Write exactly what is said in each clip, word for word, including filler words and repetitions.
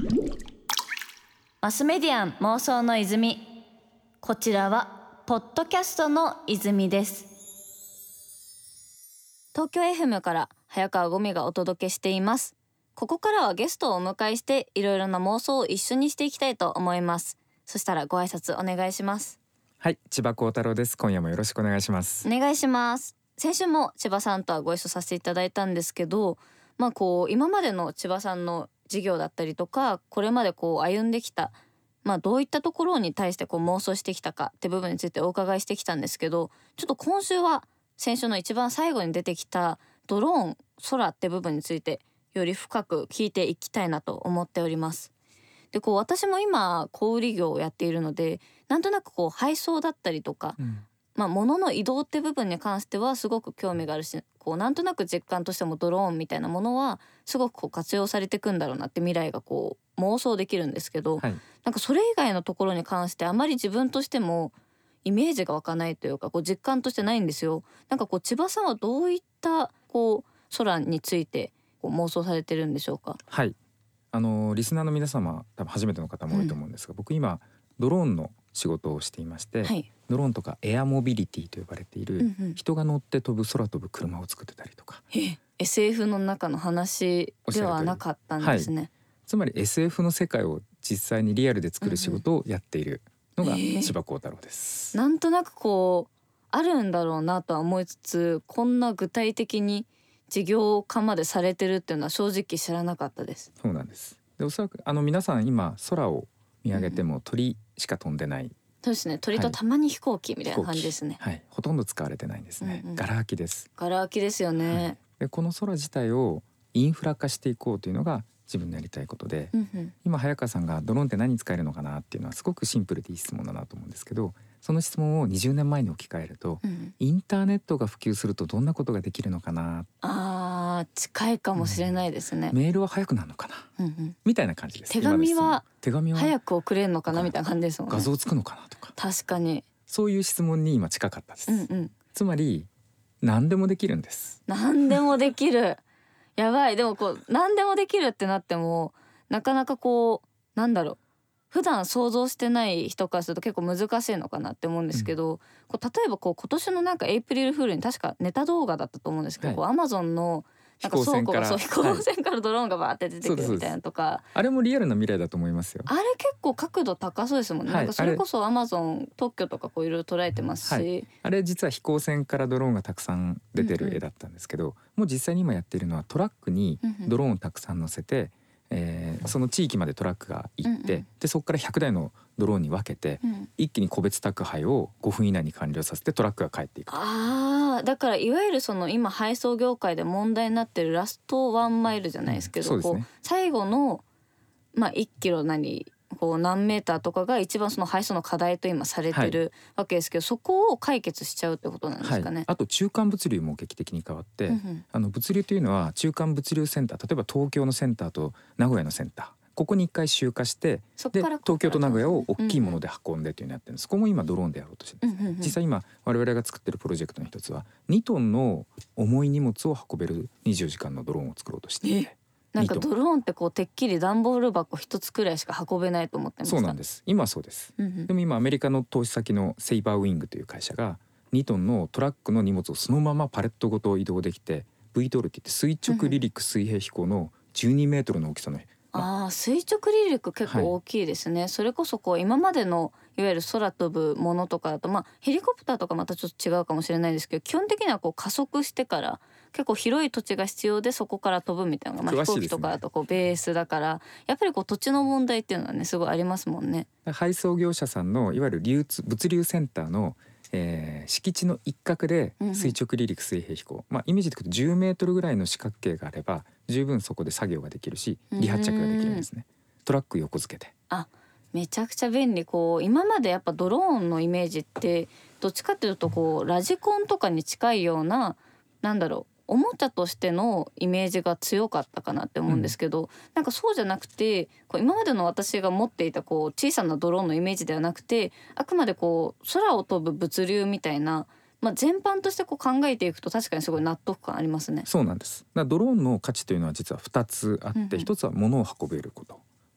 マスメディアン妄想の泉。こちらはポッドキャストの泉です。東京 エフエム から早川ゴミがお届けしています。ここからはゲストをお迎えしていろいろな妄想を一緒にしていきたいと思います。そしたらご挨拶お願いします。 はい、千葉幸太郎です。今夜もよろしくお願いします。 お願いします。先週も千葉さんとはご一緒させていただいたんですけど、まあこう今までの千葉さんの事業だったりとか、これまでこう歩んできた、まあどういったところに対してこう妄想してきたかって部分についてお伺いしてきたんですけど、ちょっと今週は先週の一番最後に出てきたドローン、空って部分についてより深く聞いていきたいなと思っております。でこう私も今小売業をやっているので、なんとなくこう配送だったりとか、 うんまあ、物の移動って部分に関してはすごく興味があるし、こうなんとなく実感としてもドローンみたいなものはすごくこう活用されていくんだろうなって未来がこう妄想できるんですけど、 はい、 なんかそれ以外のところに関してあまり自分としてもイメージが湧かないというか、こう実感としてないんですよ。なんかこう千葉さんはどういったこう空についてこう妄想されてるんでしょうか。 はい、あのリスナーの皆様多分初めての方も多いと思うんですが、うん、僕今ドローンの仕事をしていまして、はい、ドローンとかエアモビリティと呼ばれている、うんうん、人が乗って飛ぶ空飛ぶ車を作ってたりとか。 え エスエフ の中の話ではなかったんですね。はい、 つまり エスエフ の世界を実際にリアルで作る仕事をやっているのが千葉幸太郎です。 えー、なんとなくこうあるんだろうなとは思いつつ、こんな具体的に事業化までされてるっていうのは正直知らなかったです。 そうなんです。でおそらくあの皆さん今空を見上げても鳥しか飛んでない、うん、 そうですね、鳥とたまに飛行機みたいな感じですね。 はい、ほとんど使われてないんですね。うんうん、ガラ空きです。 ガラ空きですよね。はい、 でこの空自体をインフラ化していこうというのが自分のやりたいことで、うんうん、今早川さんがドローンって何に使えるのかなっていうのはすごくシンプルでいい質問だなと思うんですけど、その質問をにじゅうねんまえに置き換えると、うん、インターネットが普及するとどんなことができるのかな。 あー、近いかもしれないですね。 うん、メールは早くなるのかな、うんうん、みたいな感じです。 手紙は早く送れるのかなみたいな感じですもんね。 画像つくのかなとか。 確かにそういう質問に今近かったです。うんうん、つまり何でもできるんです。 何でもできるやばい。でもこう何でもできるってなってもなかなかこうなんだろう、普段想像してない人からすると結構難しいのかなって思うんですけど、うん、こう例えばこう今年のなんかエイプリルフールに確かネタ動画だったと思うんですけど、はい、こうアマゾンのなんか倉庫がそう飛行船からドローンがバーって出てくるみたいなとか、はい、 あれもリアルな未来だと思いますよ。 あれ結構角度高そうですもんね。はい、なんかそれこそアマゾン特許とかこういろいろ捉えてますし、はい、 あれ実は飛行船からドローンがたくさん出てる絵だったんですけど、うんうん、もう実際に今やっているのはトラックにドローンをたくさん乗せて、えー、その地域までトラックが行って、うんうん、でそこからひゃくだいのドローンに分けて、うん、一気に個別宅配をごふん以内に完了させてトラックが帰っていくと。 あー、だからいわゆるその今配送業界で問題になってるラストワンマイルじゃないですけど、うん、そうですね、こう最後の、まあ、いちキロなりこう何メーターとかが一番その配送の課題と今されてるわけですけど、はい、そこを解決しちゃうってことなんですかね。はい、 あと中間物流も劇的に変わって、うんうん、あの物流というのは中間物流センター、例えば東京のセンターと名古屋のセンター、ここに一回集荷して、で東京と名古屋を大きいもので運んでというのをやってるんです。そこも今ドローンでやろうとしてるんです。うんうんうん、実際今我々が作ってるプロジェクトの一つはにトンの重い荷物を運べるにじゅうよじかんのドローンを作ろうとしていて、 なんかドローンってこうてっきり段ボール箱一つくらいしか運べないと思ってました。 そうなんです。今はそうです。うんうん、でも今アメリカの投資先のセイバーウィングという会社がにトンのトラックの荷物をそのままパレットごと移動できて、 ブイトール って言って垂直離陸水平飛行のじゅうにメートルの大きさの、 ああ、垂直離陸結構大きいですね。はい、それこそこう今までのいわゆる空飛ぶものとかだと、まあヘリコプターとかまたちょっと違うかもしれないですけど、基本的にはこう加速してから結構広い土地が必要でそこから飛ぶみたいな、まあ、飛行機とかだとこうベースだから、やっぱりこう土地の問題っていうのはねすごいありますもんね。 配送業者さんのいわゆる流通物流センターの、えー、敷地の一角で垂直離陸水平飛行、うんうん、まあ、イメージでいくとじゅうメートルぐらいの四角形があれば十分そこで作業ができるし離発着ができるんですね。トラック横付けて。 あ、めちゃくちゃ便利。こう今までやっぱドローンのイメージってどっちかっていうとこうラジコンとかに近いような、なんだろう、おもちゃとしてのイメージが強かったかなって思うんですけど、うん、なんかそうじゃなくて、こう今までの私が持っていたこう小さなドローンのイメージではなくて、あくまでこう空を飛ぶ物流みたいな、まあ、全般としてこう考えていくと確かにすごい納得感ありますね。 そうなんです。だからドローンの価値というのは実はふたつあって、うんうん、ひとつは物を運べること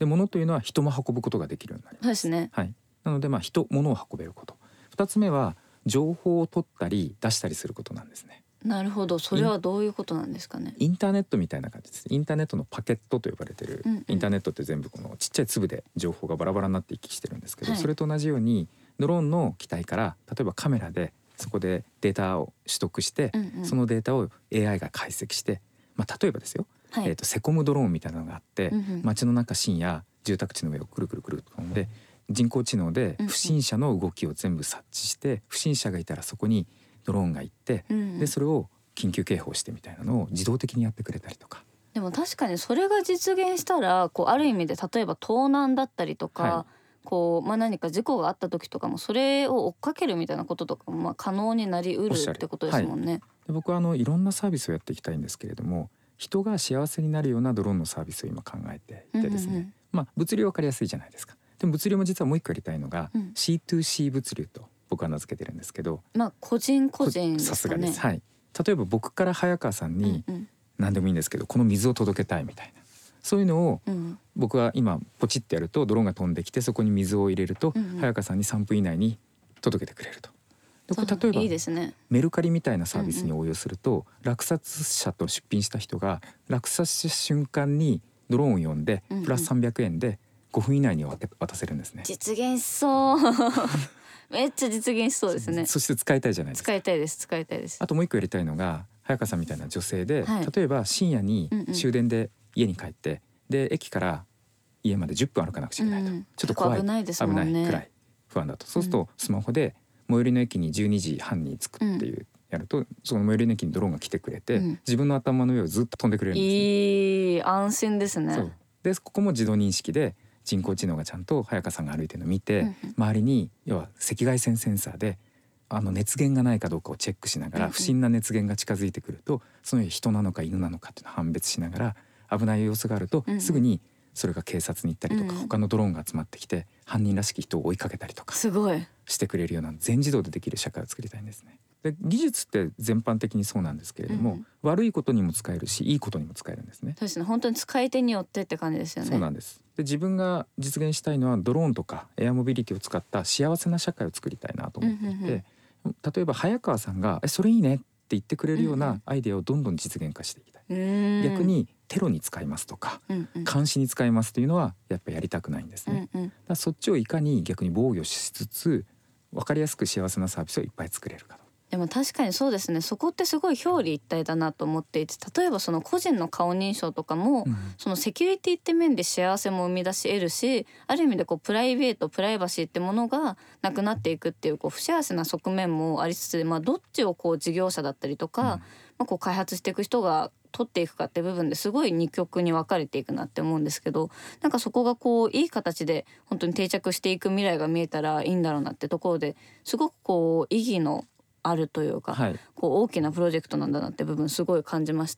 で物というのは人も運ぶことができるようになります。 そうですね、 はい、なのでまあ人物を運べること。ふたつめは情報を取ったり出したりすることなんですね。 なるほど、それはどういうことなんですかね。 インターネットみたいな感じです。インターネットのパケットと呼ばれてる、うんうん、インターネットって全部このちっちゃい粒で情報がバラバラになって行き来してるんですけど、はい、それと同じようにドローンの機体から例えばカメラでそこでデータを取得して、うんうん、そのデータを エーアイ が解析して、まあ、例えばですよ、はい、えーと、セコムドローンみたいなのがあって、うんうん、街の中深夜住宅地の上をくるくるくると飛んで人工知能で不審者の動きを全部察知して、うんうん、不審者がいたらそこにドローンが行って、うんうん、でそれを緊急警報してみたいなのを自動的にやってくれたりとか。 でも確かにそれが実現したらこうある意味で例えば盗難だったりとか、はい、こうまあ、何か事故があった時とかもそれを追っかけるみたいなこととかもまあ可能になりうるってことですもんね。 はい、で僕はあのいろんなサービスをやっていきたいんですけれども、人が幸せになるようなドローンのサービスを今考えていてですね、うんうんうん、まあ物流は分かりやすいじゃないですか。でも物流も実はもう一個やりたいのが、うん、シーツーシー 物流と僕は名付けてるんですけど、 まあ個人個人ですかね。 さすがです。はい。例えば僕から早川さんに何でもいいんですけど、この水を届けたいみたいな、そういうのを僕は今ポチってやるとドローンが飛んできてそこに水を入れると早川さんにさんぷん以内に届けてくれると。でこれ例えばいいですね。 メルカリみたいなサービスに応用すると、落札者と出品した人が落札した瞬間にドローンを呼んでプラスさんびゃくえんでごふん以内に渡せるんですね。 実現しそうめっちゃ実現しそうですね。 そして使いたいじゃないですか。 使いたいです使いたいです。 あともう一個やりたいのが早川さんみたいな女性で、はい、例えば深夜に終電で家に帰って、うんうん、で駅から家までじゅっぷん歩かなくちゃいけないと、うん、ちょっと怖い、 危ないですもんね。 危ない暗い不安だと、そうするとスマホで最寄りの駅にじゅうにじはんに着くっていう、うん、やるとその最寄りの駅にドローンが来てくれて、うん、自分の頭の上をずっと飛んでくれるんですね。 いい安心ですね。 そうでここも自動認識で人工知能がちゃんと早川さんが歩いてるのを見て、うんうん、周りに要は赤外線センサーであの熱源がないかどうかをチェックしながら、うんうん、不審な熱源が近づいてくるとその人なのか犬なのかっていうのを判別しながら、危ない様子があると、うん、すぐにそれが警察に行ったりとか、うん、他のドローンが集まってきて犯人らしき人を追いかけたりとかすごいしてくれるような全自動でできる社会を作りたいんですね。で技術って全般的にそうなんですけれども、うん、悪いことにも使えるしいいことにも使えるんですね。 そうですね、本当に使い手によってって感じですよね。 そうなんです。で自分が実現したいのはドローンとかエアモビリティを使った幸せな社会を作りたいなと思っていて、うんうんうん、例えば早川さんがえそれいいねって言ってくれるようなアイデアをどんどん実現化していきたい、うんうん、逆にテロに使いますとか、うんうん、監視に使いますというのはやっぱやりたくないんですね、うんうん、だからそっちをいかに逆に防御しつつ分かりやすく幸せなサービスをいっぱい作れるかと。 でも確かにそうですね、そこってすごい表裏一体だなと思っていて、例えばその個人の顔認証とかも、うん、そのセキュリティって面で幸せも生み出し得るし、ある意味でこうプライベートプライバシーってものがなくなっていくっていう、こう不幸せな側面もありつつ、まあ、どっちをこう事業者だったりとか、うんまあ、こう開発していく人が取っていくかって部分ですごい二極に分かれていくなって思うんですけど、なんかそこがこういい形で本当に定着していく未来が見えたらいいんだろうなってところですごくこう意義のあるというか、はい、こう大きなプロジェクトなんだなって部分すごい感じました。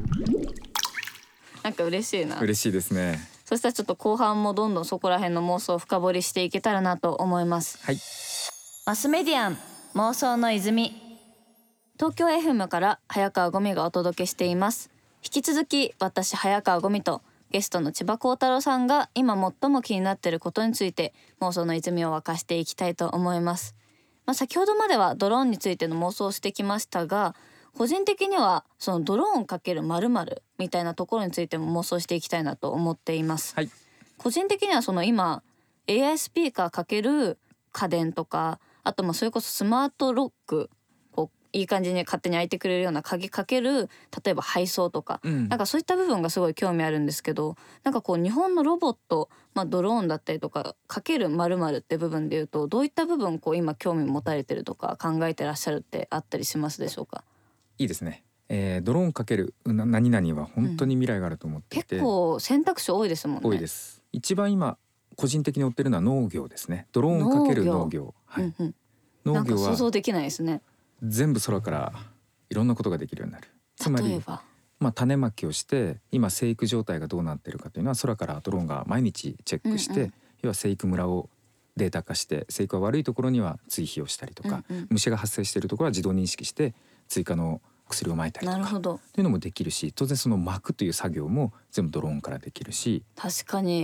なんか嬉しいな。 嬉しいですね。 そしたらちょっと後半もどんどんそこら辺の妄想を深掘りしていけたらなと思います。 はい。 マスメディアン妄想の泉、東京 エフエム から早川ゴミがお届けしています。引き続き私早川ゴミとゲストの千葉幸太郎さんが今最も気になっていることについて妄想の泉を沸かしていきたいと思います。まあ、先ほどまではドローンについての妄想をしてきましたが、個人的にはそのドローン×〇〇みたいなところについても妄想していきたいなと思っています、 はい、 個人的にはその今 エーアイ スピーカー×家電とか、あとまあそれこそスマートロック、こういい感じに勝手に開いてくれるような鍵かける例えば配送とか、うん、なんかそういった部分がすごい興味あるんですけど、なんかこう日本のロボット、まあ、ドローンだったりとかかける〇〇って部分でいうと、どういった部分こう今興味持たれてるとか考えてらっしゃるってあったりしますでしょうか。 いいですね、えー、ドローンかける何々は本当に未来があると思っていて、 うん、結構選択肢多いですもんね。 多いです。一番今個人的に追ってるのは農業ですね。ドローンかける農業、はい、うんうん、農業はなんか想像できないですね。 全部空からいろんなことができるようになる。つまり例えば、 まあ、種まきをして今生育状態がどうなってるかというのは空からドローンが毎日チェックして、うんうん、要は生育村をデータ化して、生育が悪いところには追肥をしたりとか、うんうん、虫が発生しているところは自動認識して追加の薬を撒いたりとかというのもできるし、当然その撒くという作業も全部ドローンからできるし、 確かに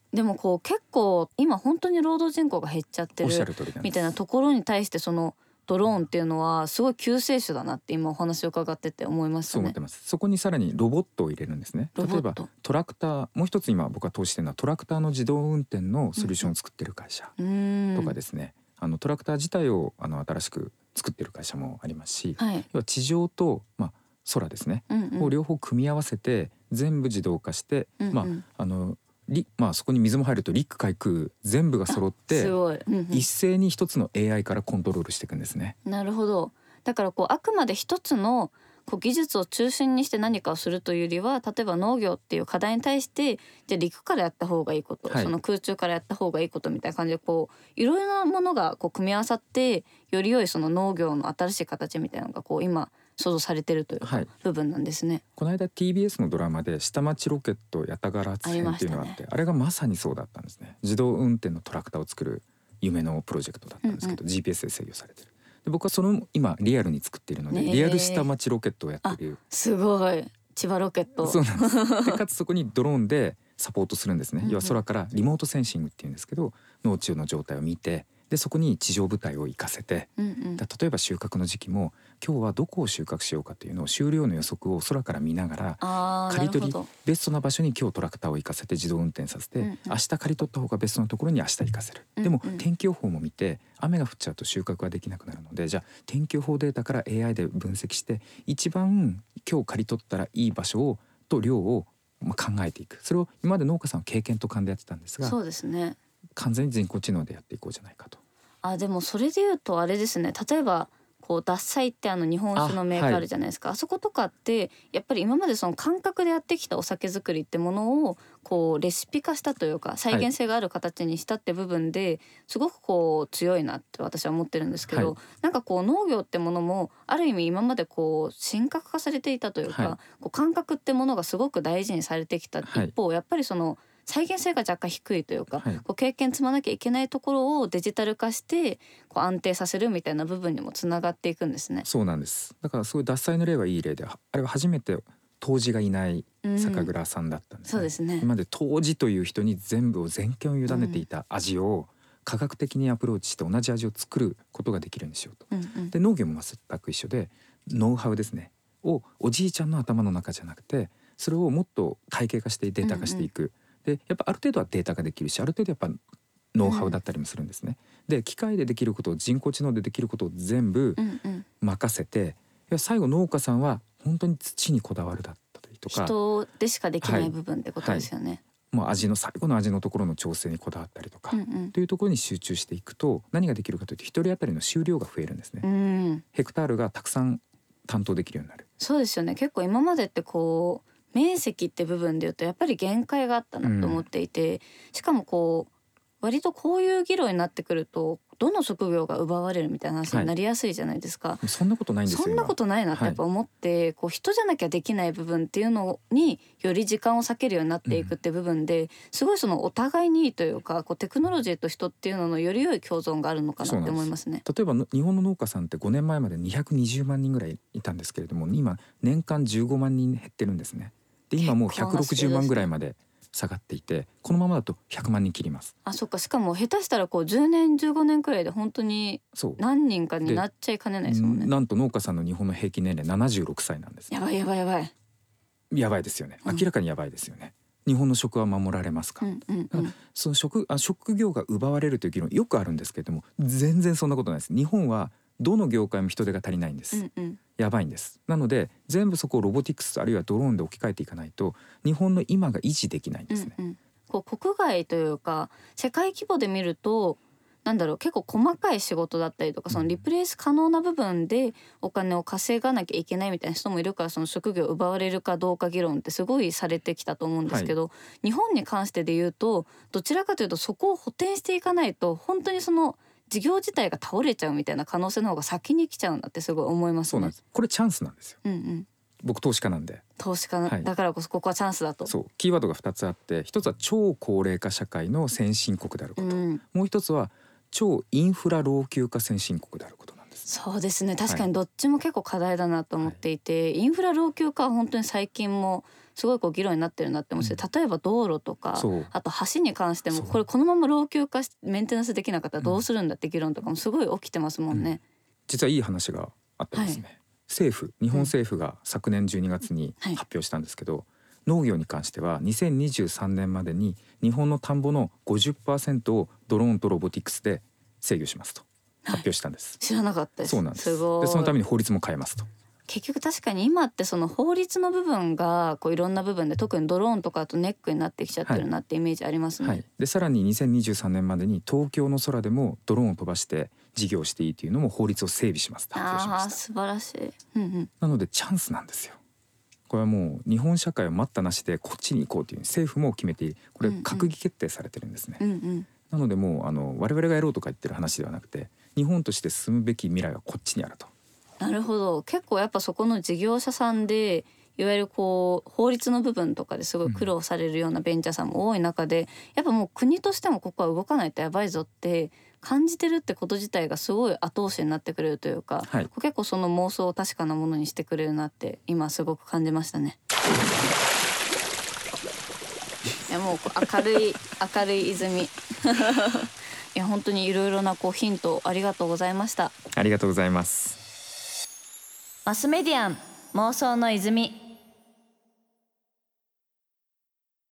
でもこう結構今本当に労働人口が減っちゃってるみたいなところに対してそのドローンっていうのはすごい救世主だなって今お話を伺ってて思いましたね。 そう思ってます。そこにさらにロボットを入れるんですね。例えばトラクター、もう一つ今僕が投資してるのはトラクターの自動運転のソリューションを作ってる会社とかですね、うん、あのトラクター自体をあの新しく作ってる会社もありますし、はい、要は地上と、まあ、空ですね、うんうん、を両方組み合わせて全部自動化して、うんうん、まああのまあ、そこに水も入ると陸海空全部が揃ってすごい、うんうん、一斉に一つの エーアイ からコントロールしていくんですね。 なるほど。だからこうあくまで一つのこう技術を中心にして何かをするというよりは、例えば農業っていう課題に対してじゃあ陸からやった方がいいこと、はい、その空中からやった方がいいことみたいな感じでこういろいろなものがこう組み合わさってより良いその農業の新しい形みたいなのがこう今想像されてるというか、はい、部分なんですね。 この間 ティービーエス のドラマで下町ロケット八田原発編っていうのがあって あ,、ね、あれがまさにそうだったんですね。自動運転のトラクターを作る夢のプロジェクトだったんですけど、うんうん、ジーピーエス で制御されてる。で僕はその今リアルに作っているので、リアル下町ロケットをやっている。 すごい千葉ロケット。 そうなんですでかつそこにドローンでサポートするんですね。要は空からリモートセンシングっていうんですけど、農地の状態を見て、でそこに地上部隊を行かせて、うんうん、例えば収穫の時期も今日はどこを収穫しようかというのを収量の予測を空から見ながら刈り取りベストな場所に今日トラクターを行かせて自動運転させて、うんうん、明日刈り取った方がベストなところに明日行かせる、うんうん、でも天気予報も見て雨が降っちゃうと収穫はできなくなるので、じゃあ天気予報データから エーアイ で分析して一番今日刈り取ったらいい場所をと量を考えていく。それを今まで農家さんは経験と勘でやってたんですが、 そうですね、 完全に人工知能でやっていこうじゃないかと。 あ、でもそれで言うとあれですね、例えばこう獺祭ってあの日本酒のメーカーあるじゃないですか。 あ,、はい、あそことかってやっぱり今までその感覚でやってきたお酒作りってものをこうレシピ化したというか再現性がある形にしたって部分ですごくこう強いなって私は思ってるんですけど、はい、なんかこう農業ってものもある意味今までこう神格化されていたというか、はい、こう感覚ってものがすごく大事にされてきた一方、はい、やっぱりその再現性が若干低いというか、はい、こう経験積まなきゃいけないところをデジタル化してこう安定させるみたいな部分にもつながっていくんですね。 そうなんです。だからすごい獺祭の例はいい例で、あれは初めて杜氏がいない酒蔵さんだったんです、ね、 うん、そうですね。 今まで杜氏という人に全部を全権を委ねていた味を科学的にアプローチして同じ味を作ることができるようにしようと、うんうん、で農業も全く一緒でノウハウですねをおじいちゃんの頭の中じゃなくてそれをもっと体系化してデータ化していく、うんうん、でやっぱある程度はデータができるしある程度やっぱノウハウだったりもするんですね、うん、で機械でできることを人工知能でできることを全部任せて、うんうん、いや最後農家さんは本当に土にこだわるだったりとか人でしかできない部分ってことですよね、はいはい、 もう味の最後の味のところの調整にこだわったりとか、うんうん、というところに集中していくと何ができるかというと一人当たりの収量が増えるんですね、うん、ヘクタールがたくさん担当できるようになる。 そうですよね。結構今までってこう面積って部分でいうとやっぱり限界があったなと思っていて、うん、しかもこう割とこういう議論になってくるとどの職業が奪われるみたいな話になりやすいじゃないですか、 はい、そんなことないんですよ。 そんなことないなってやっぱ思って、はい、こう人じゃなきゃできない部分っていうのにより時間を割けるようになっていくって部分で、うん、すごいそのお互いにいいというかこうテクノロジーと人っていうののより良い共存があるのかなって思いますね。 例えば日本の農家さんってごねんまえまでにひゃくにじゅうまんにんぐらいいたんですけれども今年間じゅうごまんにん減ってるんですね。で今もうひゃくろくじゅうまんぐらいまで下がっていてこのままだとひゃくまんにん切ります。 あ、そっか。しかも下手したらこうじゅうねんじゅうごねんくらいで本当に何人かになっちゃいかねないですもんね。 なんと農家さんの日本の平均年齢ななじゅうろくさいなんです。 やばいやばいやばいやばいですよね。明らかにやばいですよね、うん、日本の食は守られますか、うんうんうん、その 職, あ職業が奪われるという議論よくあるんですけれども全然そんなことないです。日本はどの業界も人手が足りないんです、うんうん、やばいんです。なので全部そこをロボティクスあるいはドローンで置き換えていかないと日本の今が維持できないんですね、うんうん、 こう国外というか世界規模で見るとなんだろう結構細かい仕事だったりとかそのリプレイス可能な部分でお金を稼がなきゃいけないみたいな人もいるからその職業を奪われるかどうか議論ってすごいされてきたと思うんですけど、はい、日本に関してで言うとどちらかというとそこを補填していかないと本当にその事業自体が倒れちゃうみたいな可能性の方が先に来ちゃうんだってすごい思いますね。 そうなんです。これチャンスなんですよ、うんうん、僕投資家なんで投資家、はい、だからこそここはチャンスだと。 そうキーワードがふたつあって一つは超高齢化社会の先進国であること、うん、もう一つは超インフラ老朽化先進国であることなんです。 そうですね、確かにどっちも結構課題だなと思っていて、はい、インフラ老朽化は本当に最近もすごいこう議論になってるなって思って、うん、例えば道路とかあと橋に関してもこれこのまま老朽化しメンテナンスできなかったらどうするんだって議論とかもすごい起きてますもんね、うん、 実はいい話があったんですね、はい、政府日本政府が昨年じゅうにがつに発表したんですけど、はい、農業に関してはにせんにじゅうさんねんまでに日本の田んぼの ごじゅっパーセント をドローンとロボティクスで制御しますと発表したんです、はい、 知らなかったです。 そうなんです。 すごい。 でそのために法律も変えますと。 結局確かに今ってその法律の部分がこういろんな部分で特にドローンとかとネックになってきちゃってるなってイメージありますね、 はいはい、でさらににせんにじゅうさんねんまでに東京の空でもドローンを飛ばして事業していいというのも法律を整備しますと発表しました。 あー素晴らしい、うんうん、 なのでチャンスなんですよ。これはもう日本社会を待ったなしでこっちに行こうという政府も決めてこれ閣議決定されてるんですね、うんうん、なのでもうあの我々がやろうとか言ってる話ではなくて日本として進むべき未来はこっちにあると。 なるほど。結構やっぱそこの事業者さんでいわゆるこう法律の部分とかですごい苦労されるようなベンチャーさんも多い中で、うん、やっぱもう国としてもここは動かないとやばいぞって感じてるってこと自体がすごい後押しになってくれるというか、はい、結構その妄想を確かなものにしてくれるなって今すごく感じましたね。いやもう明るい明るい泉いや本当にいろいろなこうヒントありがとうございました。 ありがとうございます。 マスメディアン妄想の泉。